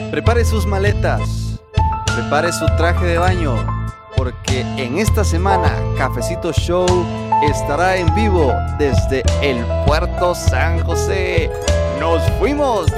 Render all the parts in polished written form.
Prepare sus maletas, prepare su traje de baño, porque en esta semana Cafecito Show estará en vivo desde el Puerto San José. ¡Nos fuimos!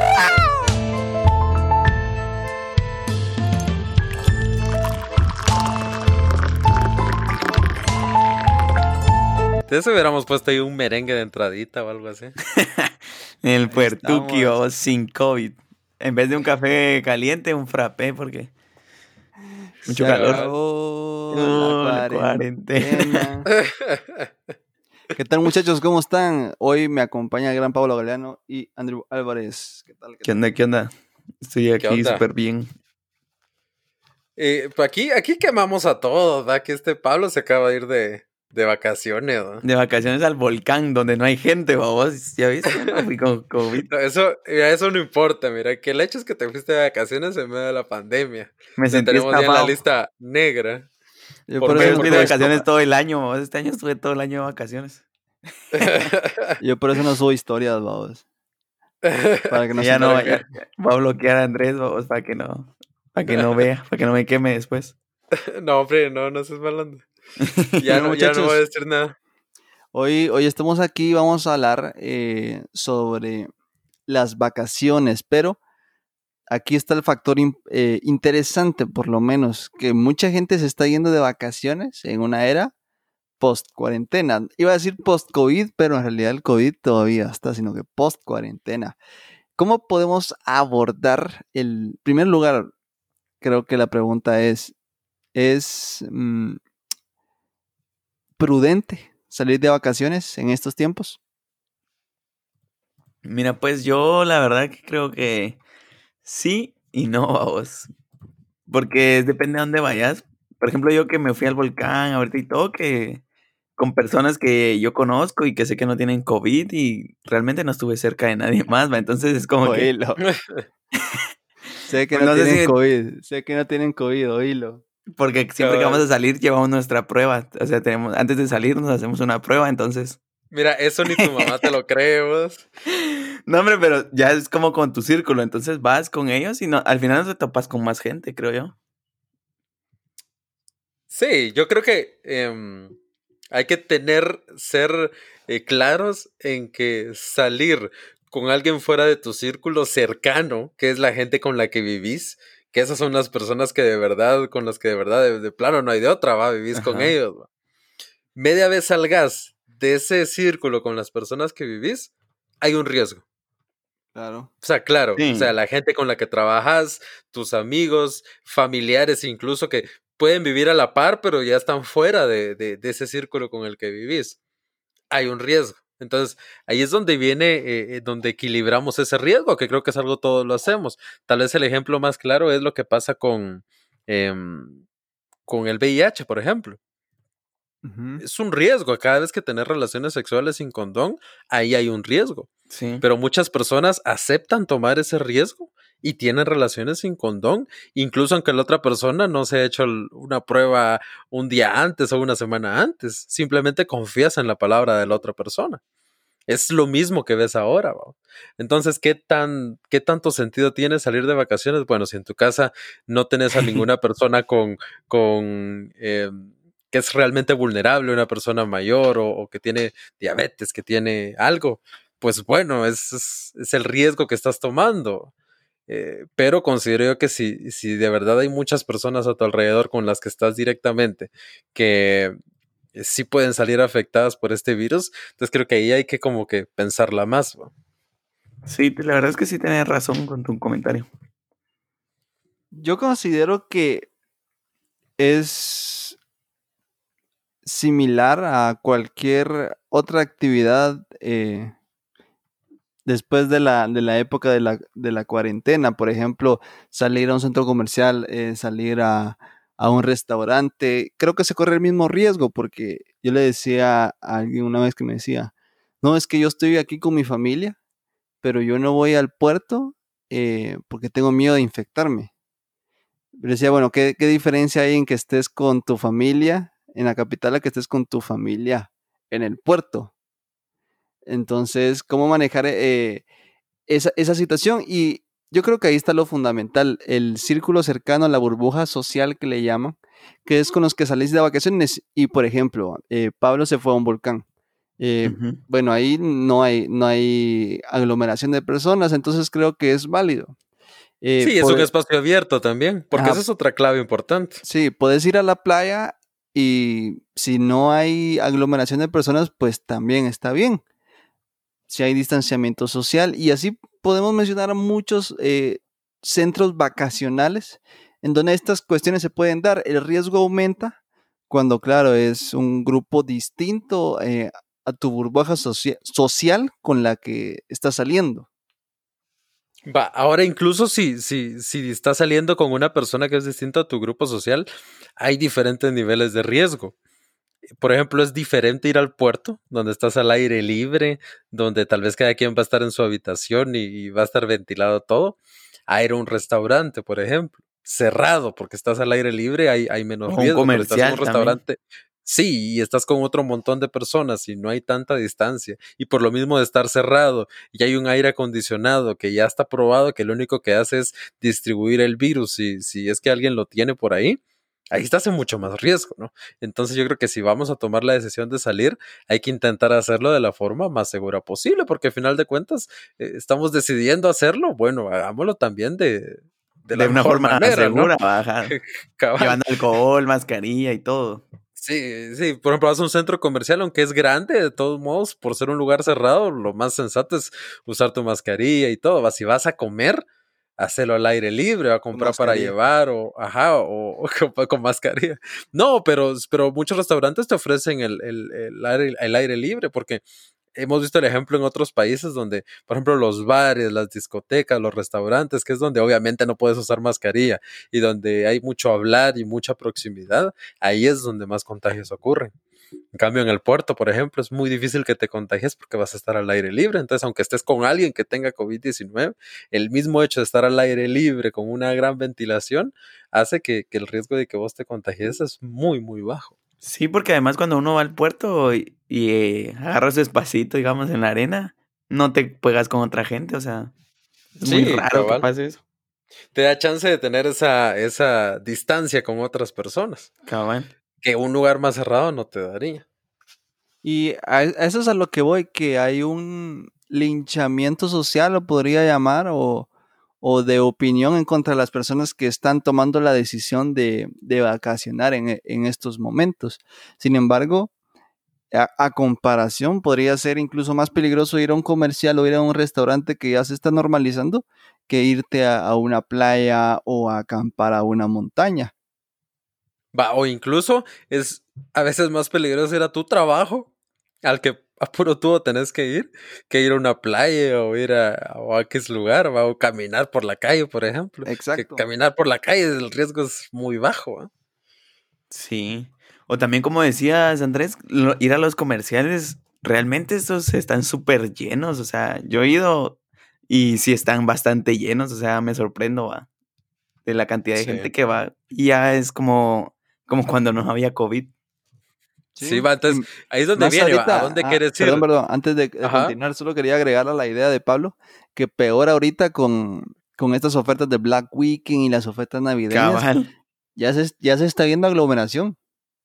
Entonces hubiéramos puesto ahí un merengue de entradita o algo así. En el Ahí Puertuqui, estamos. vamos, sin COVID. En vez de un café caliente, un frappé, porque mucho Se calor. acabó La cuarentena. ¿Qué tal, muchachos? ¿Cómo están? Hoy me acompaña el gran Pablo Galeano y Andrew Álvarez. ¿Qué tal? ¿Qué onda? ¿Qué onda? Estoy aquí onda? súper bien. Pues aquí quemamos a todos, ¿verdad? Que este Pablo se acaba de ir de vacaciones, ¿no? De vacaciones al volcán, donde no hay gente, vos. ¿Ya viste? Yo no fui con COVID. No, eso no importa, mira, que el hecho es que te fuiste de vacaciones en medio de la pandemia. Me Te sentí tenemos ya en la estafado. lista negra. Yo ¿Por por qué? eso Yo fui no de subo, vacaciones todo el año, vos. Este año estuve todo el año de vacaciones. yo por eso no subo historias, vamos. Para que no Y se ya no, entere. voy a bloquear a Andrés, vos, para que no vea, para que no me queme después. No, hombre, no seas malando. Bueno, Ya no muchachos, voy a decir nada. hoy estamos aquí, vamos a hablar sobre las vacaciones, pero aquí está el factor interesante, por lo menos, que mucha gente se está yendo de vacaciones en una era post-cuarentena. Iba a decir post-COVID, pero en realidad el COVID todavía está, sino que post-cuarentena. ¿Cómo podemos abordar el primer lugar? Creo que la pregunta ¿es prudente salir de vacaciones en estos tiempos? Mira, pues yo la verdad que creo que sí y no, vos. Porque depende de dónde vayas. Por ejemplo, yo que me fui al volcán ahorita y todo, que con personas que yo conozco y que sé que no tienen COVID y realmente no estuve cerca de nadie más, ¿va? Entonces es como que, Oílo. Sé que pues no no sé tienen si, COVID. Sé que no tienen COVID, oílo. porque siempre que vamos a Cabal. salir llevamos nuestra prueba. O sea, antes de salir nos hacemos una prueba, entonces. Mira, eso ni tu mamá te lo cree, vos. No, hombre, pero ya es como con tu círculo, entonces vas con ellos y no, al final no te topas con más gente, creo yo. Sí, yo creo que hay que ser claros en que salir con alguien fuera de tu círculo cercano, que es la gente con la que vivís, que esas son las personas que de verdad, con las que de verdad, de plano no hay de otra, va, vivís con Ajá. ellos, va. Media vez salgas de ese círculo con las personas que vivís, hay un riesgo. Claro. O sea, claro, o sea, Sí. la gente con la que trabajas, tus amigos, familiares incluso que pueden vivir a la par, pero ya están fuera de ese círculo con el que vivís. Hay un riesgo. Entonces, ahí es donde viene, donde equilibramos ese riesgo, que creo que es algo todos lo hacemos. Tal vez el ejemplo más claro es lo que pasa con el VIH, por ejemplo. Ujú. Es un riesgo. Cada vez que tenés relaciones sexuales sin condón, ahí hay un riesgo. Sí. Pero muchas personas aceptan tomar ese riesgo y tienen relaciones sin condón, incluso aunque la otra persona no se ha hecho una prueba un día antes o una semana antes. Simplemente confías en la palabra de la otra persona. Es lo mismo que ves ahora, ¿va? Entonces, ¿qué tanto sentido tiene salir de vacaciones? Bueno, si en tu casa no tenés a ninguna persona que es realmente vulnerable, una persona mayor o que tiene diabetes, que tiene algo, pues bueno, es el riesgo que estás tomando. Pero considero yo que si de verdad hay muchas personas a tu alrededor con las que estás directamente, que sí pueden salir afectadas por este virus, entonces creo que ahí hay que como que pensarla más, ¿va? Sí, la verdad es que sí tienes razón con tu comentario. Yo considero que es similar a cualquier otra actividad después de la época de la cuarentena. Por ejemplo, salir a un centro comercial, salir a un restaurante. Creo que se corre el mismo riesgo porque yo le decía a alguien una vez que me decía, no, es que yo estoy aquí con mi familia, pero yo no voy al puerto porque tengo miedo de infectarme. Pero decía, bueno, ¿qué diferencia hay en que estés con tu familia en la capital a que estés con tu familia en el puerto? Entonces, ¿cómo manejar esa situación? Y yo creo que ahí está lo fundamental, el círculo cercano, la burbuja social que le llaman, que es con los que salís de vacaciones y, por ejemplo, Pablo se fue a un volcán. Eh, Ujú. bueno, ahí no hay aglomeración de personas, entonces creo que es válido. Sí, es un espacio abierto también, porque esa es otra clave importante. Sí, puedes ir a la playa y si no hay aglomeración de personas, pues también está bien. Si hay distanciamiento social y así podemos mencionar muchos centros vacacionales en donde estas cuestiones se pueden dar. El riesgo aumenta cuando, claro, es un grupo distinto a tu burbuja social con la que estás saliendo. Va, ahora incluso si estás saliendo con una persona que es distinta a tu grupo social, hay diferentes niveles de riesgo. Por ejemplo, es diferente ir al puerto, donde estás al aire libre, donde tal vez cada quien va a estar en su habitación y va a estar ventilado todo, a ir a un restaurante, por ejemplo, cerrado, porque estás al aire libre, hay menos O un riesgo, pero estás en un comercial también. restaurante, sí, y estás con otro montón de personas y no hay tanta distancia. Y por lo mismo de estar cerrado y hay un aire acondicionado que ya está probado que lo único que hace es distribuir el virus, si es que alguien lo tiene por ahí estás en mucho más riesgo, ¿no? Entonces yo creo que si vamos a tomar la decisión de salir, hay que intentar hacerlo de la forma más segura posible, porque al final de cuentas estamos decidiendo hacerlo, bueno, hagámoslo también de De la una mejor forma manera, ¿no? segura, baja. Cabal. Llevando alcohol, mascarilla y todo. Sí, sí, por ejemplo, vas a un centro comercial, aunque es grande, de todos modos, por ser un lugar cerrado, lo más sensato es usar tu mascarilla y todo. Si vas a comer, hacelo al aire libre, a Con comprar para mascarilla. llevar, o con mascarilla. No, pero muchos restaurantes te ofrecen el aire libre, porque hemos visto el ejemplo en otros países donde, por ejemplo, los bares, las discotecas, los restaurantes, que es donde obviamente no puedes usar mascarilla y donde hay mucho hablar y mucha proximidad, ahí es donde más contagios ocurren. En cambio, en el puerto, por ejemplo, es muy difícil que te contagies porque vas a estar al aire libre. Entonces, aunque estés con alguien que tenga COVID-19, el mismo hecho de estar al aire libre con una gran ventilación hace que el riesgo de que vos te contagies es muy, muy bajo. Sí, porque además cuando uno va al puerto y agarra su espacito, digamos, en la arena, no te pegas con otra gente, o sea, es muy Sí, raro que cabal. pase eso. Te da chance de tener esa distancia con otras personas Cabal. que un lugar más cerrado no te daría. Y a eso es a lo que voy, que hay un linchamiento social, lo podría llamar, o de opinión en contra de las personas que están tomando la decisión de vacacionar en estos momentos. Sin embargo, a comparación, podría ser incluso más peligroso ir a un comercial o ir a un restaurante que ya se está normalizando que irte a una playa o a acampar a una montaña. Va, o incluso es a veces más peligroso ir a tu trabajo, al que a puro tubo tenés que ir a una playa o ir o a X lugar, va, o caminar por la calle, por ejemplo. Que Exacto. caminar por la calle el riesgo es muy bajo, ¿va? Sí. O también, como decías, Andrés, ir a los comerciales, realmente estos están súper llenos. O sea, yo he ido y sí están bastante llenos. O sea, me sorprendo, va, de la cantidad de Sí. gente que va. Y ya es como cuando no había COVID. Sí, Sí. va, entonces Y ahí es donde más viene, va, ¿a ahorita, dónde quieres perdón, ir? perdón, antes de Ajá, continuar, solo quería agregar a la idea de Pablo que peor ahorita con estas ofertas de Black Weekend y las ofertas navideñas, Cabal. ya se está viendo aglomeración.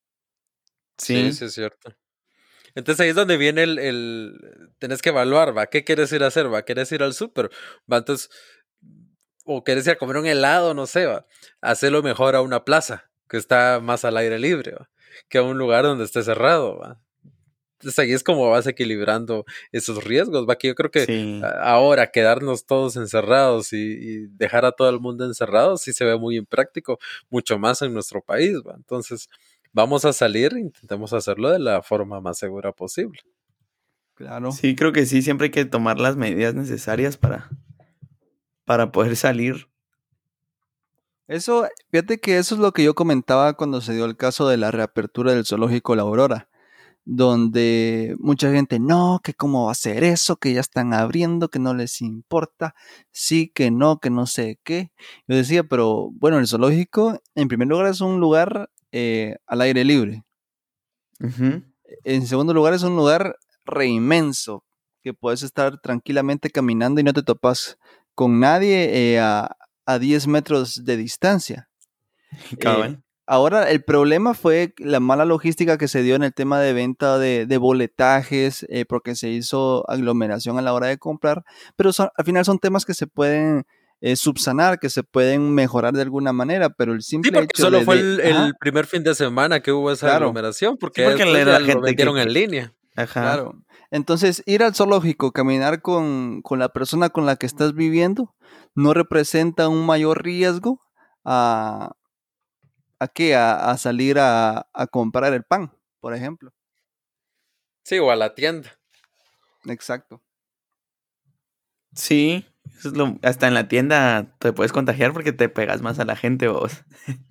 sí, Sí. sí es cierto. Entonces ahí es donde viene tenés que evaluar, va, ¿qué quieres ir a hacer? ¿Va? ¿Quieres ir al súper? Va, entonces, o quieres ir a comer un helado, no sé, va, hacerlo mejor a una plaza, que está más al aire libre, va, que a un lugar donde esté cerrado, va. Entonces ahí es como vas equilibrando esos riesgos, va, que yo creo que Sí. ahora quedarnos todos encerrados y dejar a todo el mundo encerrado sí se ve muy impráctico, mucho más en nuestro país, va. Entonces, vamos a salir, intentemos hacerlo de la forma más segura posible. Claro. Sí, creo que sí, siempre hay que tomar las medidas necesarias para poder salir. Eso, fíjate que eso es lo que yo comentaba cuando se dio el caso de la reapertura del zoológico La Aurora, donde mucha gente, no, que cómo va a ser eso, que ya están abriendo, que no les importa, sí, que no sé qué. Yo decía, pero bueno, el zoológico, en primer lugar, es un lugar al aire libre. Ujú. En segundo lugar, es un lugar re inmenso, que puedes estar tranquilamente caminando y no te topas con nadie a 10 metros de distancia. Cabal. Ahora, el problema fue la mala logística que se dio en el tema de venta de boletajes, porque se hizo aglomeración a la hora de comprar, pero al final son temas que se pueden subsanar, que se pueden mejorar de alguna manera, pero el Sí, simple porque hecho solo fue ajá, el primer fin de semana que hubo esa claro, aglomeración, Sí, porque porque después era ya la lo gente vendieron en línea. Ajá. claro. Entonces, ir al zoológico, caminar con la persona con la que estás viviendo, no representa un mayor riesgo a, ¿a qué? A salir a comprar el pan, por ejemplo. Sí, o a la tienda. Exacto. Sí, eso es hasta en la tienda te puedes contagiar porque te pegas más a la gente vos.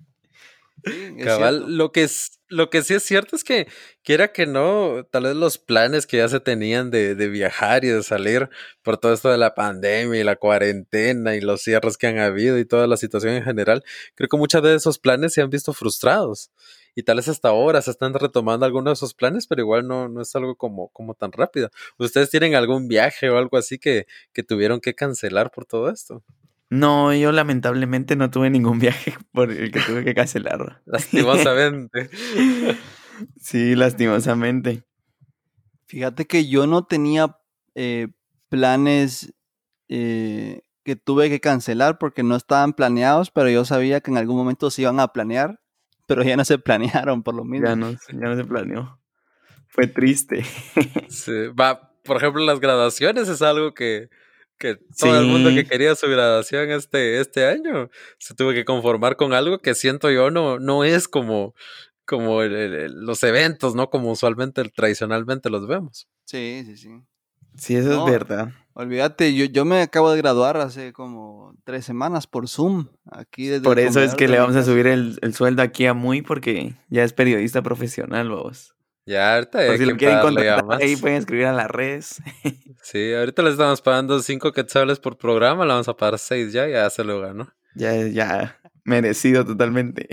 Sí, es cierto. Cabal, lo que sí es cierto es que, quiera que no, tal vez los planes que ya se tenían de viajar y de salir por todo esto de la pandemia y la cuarentena y los cierres que han habido y toda la situación en general, creo que muchos de esos planes se han visto frustrados. Y tal vez hasta ahora se están retomando algunos de esos planes, pero igual no es algo como tan rápido. ¿Ustedes tienen algún viaje o algo así que tuvieron que cancelar por todo esto? No, yo lamentablemente no tuve ningún viaje por el que tuve que cancelarlo. Lastimosamente. Sí, lastimosamente. Fíjate que yo no tenía planes que tuve que cancelar porque no estaban planeados, pero yo sabía que en algún momento se iban a planear, pero ya no se planearon por lo mismo. Ya no se planeó. Fue triste. Sí, va, por ejemplo, las graduaciones es algo que todo el mundo que Sí, quería su graduación este año se tuvo que conformar con algo que siento yo no es como los eventos, ¿no? Como usualmente, tradicionalmente los vemos. Sí, sí, sí. sí, eso es No, verdad. olvídate, yo me acabo de graduar hace como 3 semanas por Zoom, aquí desde el Por eso es comedor que de le mi vamos a casa. subir el sueldo aquí a Muy porque ya es periodista profesional, vos. Ya ahorita Por hay si lo que quieren pagarle ya contratar, ahí más. pueden escribir a las redes. Sí, ahorita le estamos pagando 5 quetzales por programa, le vamos a pagar 6 ya se lo ganó. Ya, merecido totalmente.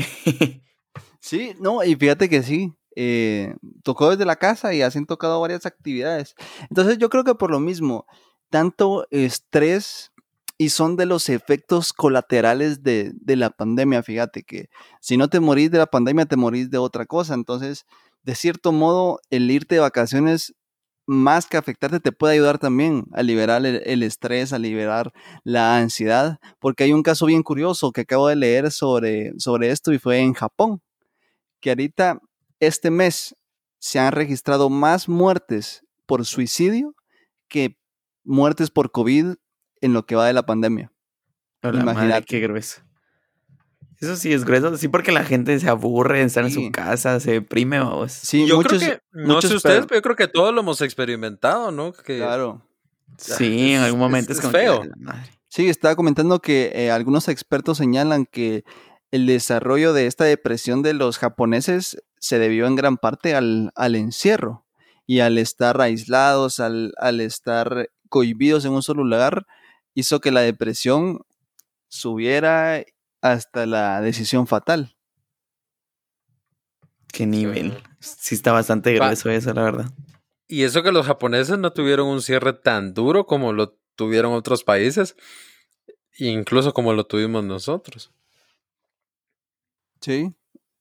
Sí, no, y fíjate que sí, tocó desde la casa y así han tocado varias actividades. Entonces yo creo que por lo mismo, tanto estrés y son de los efectos colaterales de la pandemia, fíjate que si no te morís de la pandemia, te morís de otra cosa. Entonces, de cierto modo, el irte de vacaciones, más que afectarte, te puede ayudar también a liberar el estrés, a liberar la ansiedad, porque hay un caso bien curioso que acabo de leer sobre esto y fue en Japón que ahorita este mes se han registrado más muertes por suicidio que muertes por COVID en lo que va de la pandemia. A la madre, qué Imagínate. grueso. Eso sí es grueso, sí, porque la gente se aburre de estar en su Sí, casa, se deprime, vamos. sí, Yo creo muchos, que, no sé muchos, ustedes, pero yo creo que todos lo hemos experimentado, ¿no? Que claro. Sí, en algún momento es es como que, a feo. la madre. Sí, estaba comentando que algunos expertos señalan que el desarrollo de esta depresión de los japoneses se debió en gran parte al encierro y al estar aislados, al estar cohibidos en un solo lugar, hizo que la depresión subiera hasta la decisión fatal. Qué Sí. nivel. Sí está bastante Va, grueso eso, la verdad. y eso que los japoneses no tuvieron un cierre tan duro como lo tuvieron otros países, e incluso como lo tuvimos nosotros. Sí,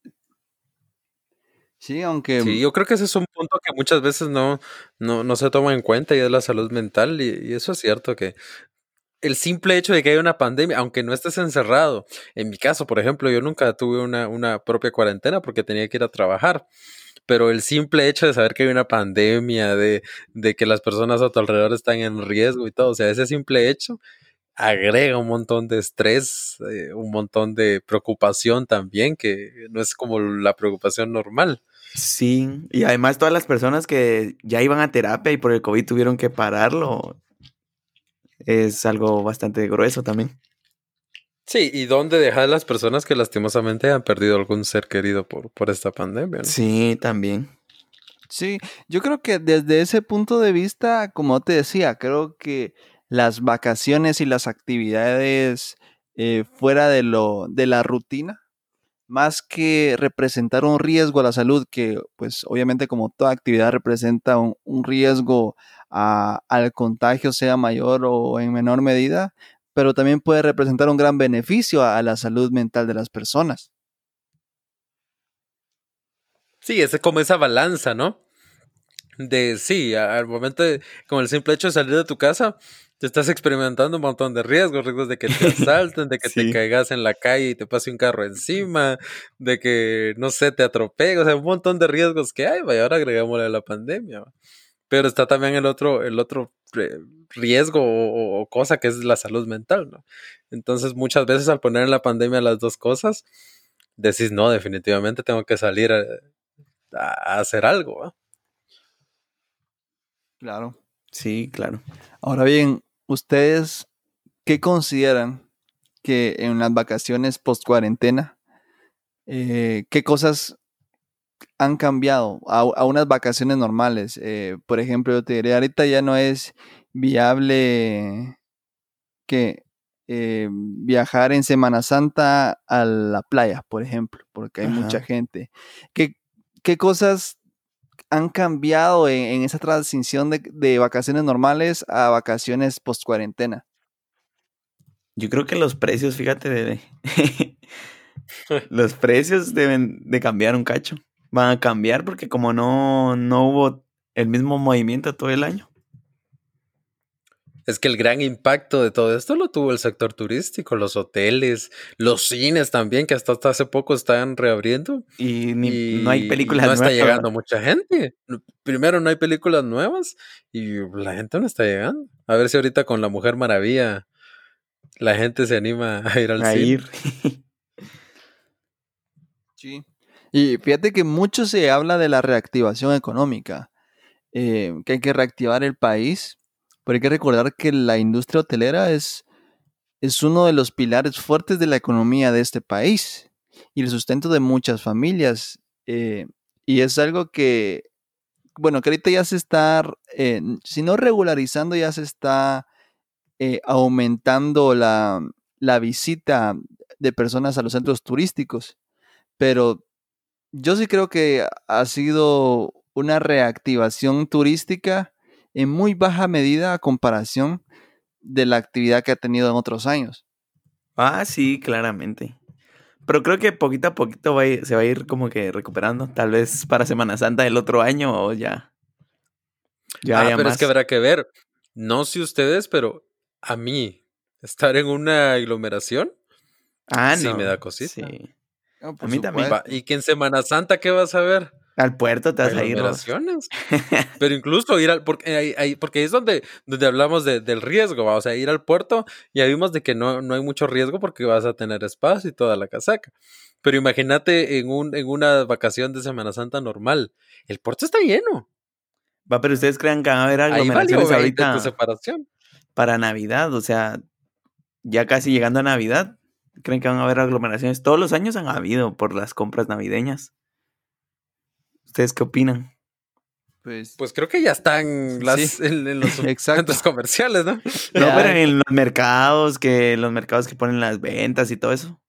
sí, aunque Sí, yo creo que ese es un punto que muchas veces no se toma en cuenta y es la salud mental, y eso es cierto que el simple hecho de que haya una pandemia, aunque no estés encerrado, en mi caso, por ejemplo, yo nunca tuve una propia cuarentena porque tenía que ir a trabajar, pero el simple hecho de saber que hay una pandemia, de que las personas a tu alrededor están en riesgo y todo, o sea, ese simple hecho agrega un montón de estrés, un montón de preocupación también, que no es como la preocupación normal. Sí, y además todas las personas que ya iban a terapia y por el COVID tuvieron que pararlo, es algo bastante grueso también. Sí, ¿y dónde dejar las personas que lastimosamente han perdido algún ser querido por esta pandemia, ¿no? Sí, también. sí, yo creo que desde ese punto de vista, como te decía, creo que las vacaciones y las actividades fuera de la rutina, más que representar un riesgo a la salud, que pues obviamente como toda actividad representa un riesgo al contagio, sea mayor o en menor medida, pero también puede representar un gran beneficio a la salud mental de las personas. Sí, es como esa balanza, ¿no? De sí, al momento con el simple hecho de salir de tu casa, te estás experimentando un montón de riesgos de que te asalten, de que te Sí. caigas en la calle y te pase un carro encima, de que, no sé, te atropelle, o sea, un montón de riesgos que hay, vaya, ahora agregámosle la pandemia, ¿va? Pero está también el otro riesgo o cosa que es la salud mental, ¿no? Entonces, muchas veces al poner en la pandemia las dos cosas, decís, no, definitivamente tengo que salir a hacer algo, ¿va? Claro. Sí, claro. Ahora bien, ¿ustedes qué consideran que en las vacaciones post cuarentena, qué cosas han cambiado a unas vacaciones normales? Por ejemplo, yo te diré, ahorita ya no es viable que viajar en Semana Santa a la playa, por ejemplo, porque hay mucha Ajá. gente. ¿Qué, qué cosas han cambiado en esa transición de vacaciones normales a vacaciones post cuarentena? Yo creo que los precios, fíjate, los precios deben de cambiar un cacho. Van a cambiar porque como no hubo el mismo movimiento todo el año. Es que el gran impacto de todo esto lo tuvo el sector turístico, los hoteles, los cines también, que hasta hace poco están reabriendo Y no hay y películas no está nuevas. llegando mucha gente. Primero, no hay películas nuevas y la gente no está llegando. A ver si ahorita con La Mujer Maravilla la gente se anima a ir al A cine. ir. Sí. Y fíjate que mucho se habla de la reactivación económica, que hay que reactivar el país, pero hay que recordar que la industria hotelera es uno de los pilares fuertes de la economía de este país y el sustento de muchas familias. Y es algo que, bueno, que ahorita ya se está, si no regularizando, ya se está aumentando la visita de personas a los centros turísticos. Pero yo sí creo que ha sido una reactivación turística en muy baja medida a comparación de la actividad que ha tenido en otros años. Ah, sí, claramente. Pero creo que poquito a poquito se va a ir como que recuperando. Tal vez para Semana Santa del otro año o ya haya Pero es que más. habrá que ver. No sé ustedes, pero a mí estar en una aglomeración Ah, sí me no. da cosita. Sí. No, A por mí también. ¿Y que en Semana Santa qué vas a ver? Al puerto te vas a ir, vos. Aglomeraciones. Pero incluso ir porque porque ahí es donde hablamos del riesgo, ¿va? O sea, ir al puerto, ya vimos de que no hay mucho riesgo porque vas a tener espacio y toda la casaca. Pero imagínate en una vacación de Semana Santa normal, el puerto está lleno. Va, pero ustedes crean que van a haber Ahí valió aglomeraciones 20 tu ahorita separación. para Navidad. O sea, ya casi llegando a Navidad. ¿Creen que van a haber aglomeraciones? Todos los años han habido por las compras navideñas. ¿Ustedes qué opinan? Pues Pues creo que ya están sí, en los exacto. centros comerciales, ¿no? No, pero Ya, en los mercados que ponen las ventas y todo eso.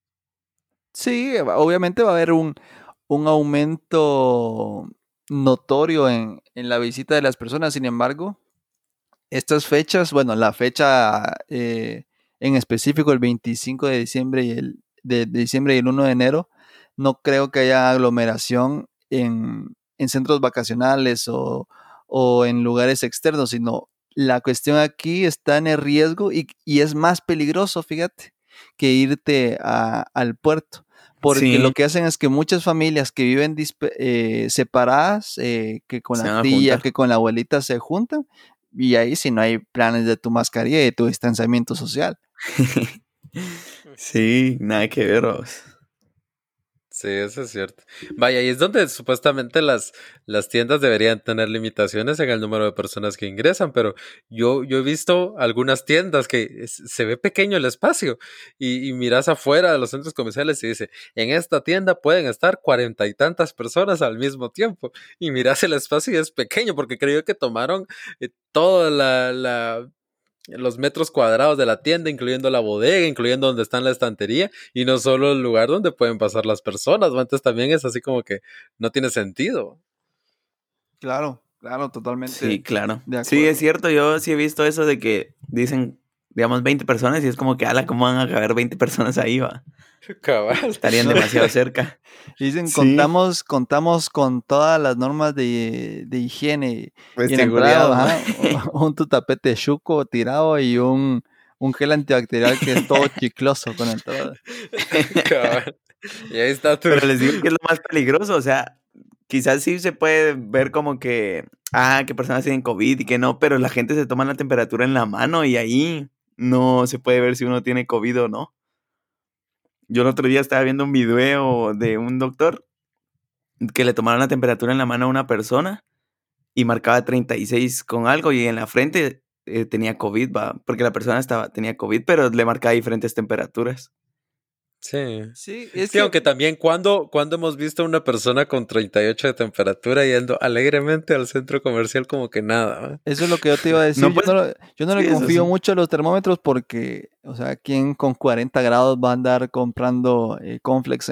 sí, obviamente va a haber un aumento notorio en la visita de las personas. Sin embargo, estas fechas, bueno, la fecha en específico, el 25 de diciembre de diciembre y el 1 de enero, no creo que haya aglomeración en centros vacacionales o en lugares externos, sino la cuestión aquí está en el riesgo y es más peligroso, fíjate, que irte al puerto. Porque lo Sí, que hacen es que muchas familias que viven separadas, que con se la van a tía, juntar. que con la abuelita se juntan, y ahí si no hay planes de tu mascarilla y de tu distanciamiento social. Sí, nada que ver, vos. Sí, eso es cierto. Vaya, y es donde supuestamente las tiendas deberían tener limitaciones en el número de personas que ingresan, pero yo he visto algunas tiendas que se ve pequeño el espacio y miras afuera de los centros comerciales y dice, en esta tienda pueden estar 40 y tantas personas al mismo tiempo y miras el espacio y es pequeño porque creo que tomaron toda los metros cuadrados de la tienda, incluyendo la bodega, incluyendo donde está la estantería, y no solo el lugar donde pueden pasar las personas, ¿no? Entonces también es así como que no tiene sentido. Claro, claro, Sí, totalmente claro. de Sí, es acuerdo. cierto, yo sí he visto eso de que dicen digamos, 20 personas y es como que, ala, ¿cómo van a caber 20 personas ahí, va? Cabal. Estarían demasiado cerca. Dicen, Sí. contamos con todas las normas de higiene. Pues Y en la seguridad, entrada, va. ajá, tu tapete chuco tirado y un gel antibacterial que es todo chicloso con la entrada. Cabal. Y ahí está tu... Pero les digo que es lo más peligroso, o sea, quizás sí se puede ver como que, que personas tienen COVID y que no, pero la gente se toma la temperatura en la mano y ahí no se puede ver si uno tiene COVID o no. Yo el otro día estaba viendo un video de un doctor que le tomaron la temperatura en la mano a una persona y marcaba 36 con algo y en la frente tenía COVID, va, porque la persona tenía COVID, pero le marcaba diferentes temperaturas. Sí. Sí, es Sí, que aunque también cuando hemos visto a una persona con 38 de temperatura yendo alegremente al centro comercial como que nada, ¿va? eso es lo que yo te iba a decir. No, pues, yo no sí, le eso confío sí. mucho a los termómetros porque, o sea, ¿quién con 40 grados va a andar comprando cornflakes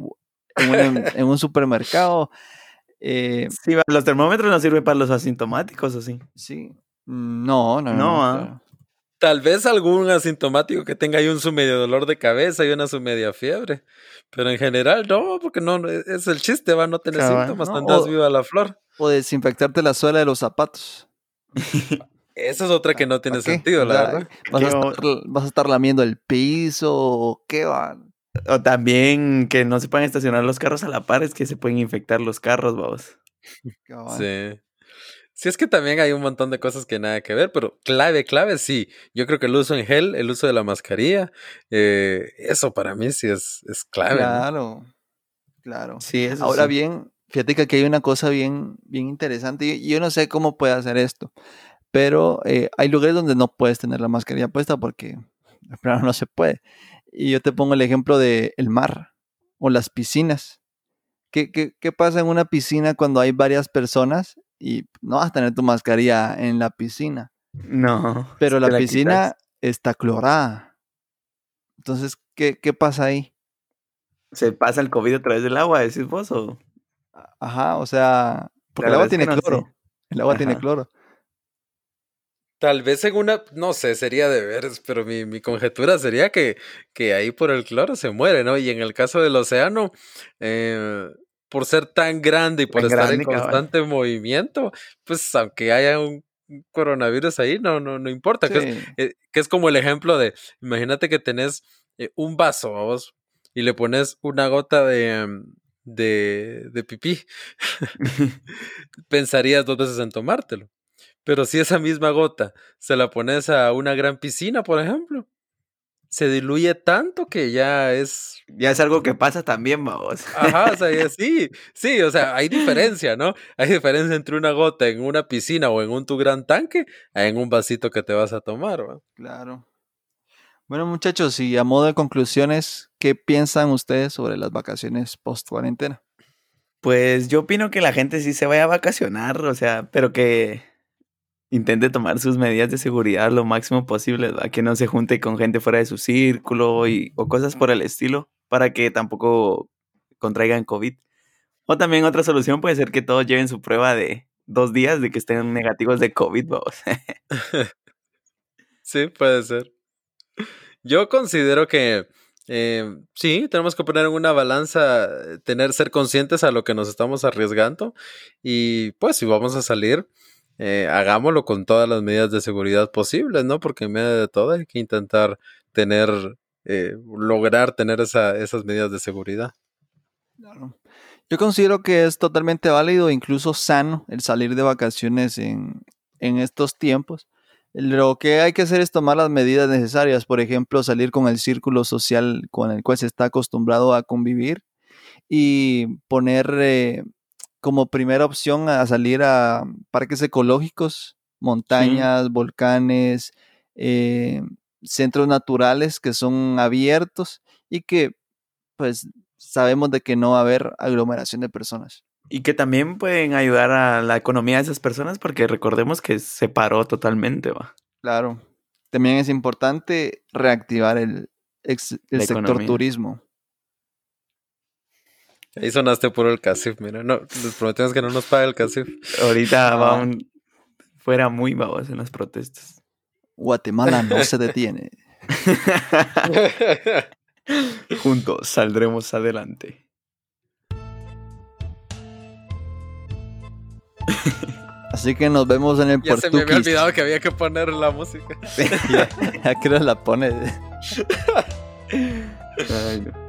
en un supermercado? Sí, va, los termómetros no sirven para los asintomáticos, ¿o sí? Sí. No, No, claro. Tal vez algún asintomático que tenga ahí un su medio dolor de cabeza y una su media fiebre. Pero en general no, porque no, es el chiste, va, no tener Cabal. síntomas, ¿No? andas viva la flor. O desinfectarte la suela de los zapatos. Esa es otra que no ¿Para tiene qué? sentido, O la sea, verdad. vas a estar lamiendo el piso o qué va. O también que no se pueden estacionar los carros a la par, es que se pueden infectar los carros, vamos. Cabal. Sí. Sí, es que también hay un montón de cosas que nada que ver, pero clave, sí. Yo creo que el uso en gel, el uso de la mascarilla, eso para mí sí es clave, ¿no? Claro, claro. Sí, eso Ahora sí. bien, fíjate que aquí hay una cosa bien, bien interesante. Y yo no sé cómo puede hacer esto, pero hay lugares donde no puedes tener la mascarilla puesta porque, claro, no se puede. Y yo te pongo el ejemplo de el mar o las piscinas. ¿Qué pasa en una piscina cuando hay varias personas y no vas a tener tu mascarilla en la piscina? No, Pero te la la quitas. piscina está clorada. Entonces, ¿qué pasa ahí? Se pasa el COVID a través del agua, decís vos, o Ajá, o sea, porque la el agua verdad es que tiene no sé. cloro. El agua tiene Ajá. cloro. Tal vez en una, no sé, sería de veres, pero mi conjetura sería que ahí por el cloro se muere, ¿no? Y en el caso del océano, eh, por ser tan grande y por Tan estar en grande, cabal. constante movimiento, pues aunque haya un coronavirus ahí, no importa, Sí, que es como el ejemplo de, imagínate que tenés un vaso, vos, y le pones una gota de pipí, pensarías dos veces en tomártelo. Pero si esa misma gota se la pones a una gran piscina, por ejemplo, se diluye tanto que ya es... Ya es algo que pasa también, vamos. Ajá, o sea, sí, o sea, hay diferencia, ¿no? Hay diferencia entre una gota en una piscina o en un tu gran tanque a en un vasito que te vas a tomar, ¿va? claro. Bueno, muchachos, y a modo de conclusiones, ¿qué piensan ustedes sobre las vacaciones post cuarentena? Pues yo opino que la gente sí se vaya a vacacionar, o sea, pero que intente tomar sus medidas de seguridad lo máximo posible, ¿verdad? Que no se junte con gente fuera de su círculo o cosas por el estilo, para que tampoco contraigan COVID. O también otra solución puede ser que todos lleven su prueba de 2 días de que estén negativos de COVID, vamos. Sí, puede ser. Yo considero que sí, tenemos que poner en una balanza, ser conscientes a lo que nos estamos arriesgando y pues si vamos a salir, hagámoslo con todas las medidas de seguridad posibles, ¿no? Porque en medio de todo hay que intentar tener, lograr tener esas medidas de seguridad. Claro. Yo considero que es totalmente válido, incluso sano, el salir de vacaciones en estos tiempos. Lo que hay que hacer es tomar las medidas necesarias, por ejemplo, salir con el círculo social con el cual se está acostumbrado a convivir y poner como primera opción a salir a parques ecológicos, Sí. montañas, volcanes, eh, centros naturales que son abiertos y que pues sabemos de que no va a haber aglomeración de personas. Y que también pueden ayudar a la economía de esas personas porque recordemos que se paró totalmente, va, Claro. También es importante reactivar el la sector economía. turismo. Ahí sonaste puro el CACIF, mira, no, les prometemos que no nos paga el CACIF. Ahorita No, fuera muy babos en las protestas. Guatemala no se detiene. Juntos saldremos adelante. Así que nos vemos en el Ya se me había Portuquis. olvidado que había que poner la música. Ya que nos la pone. Ay, no.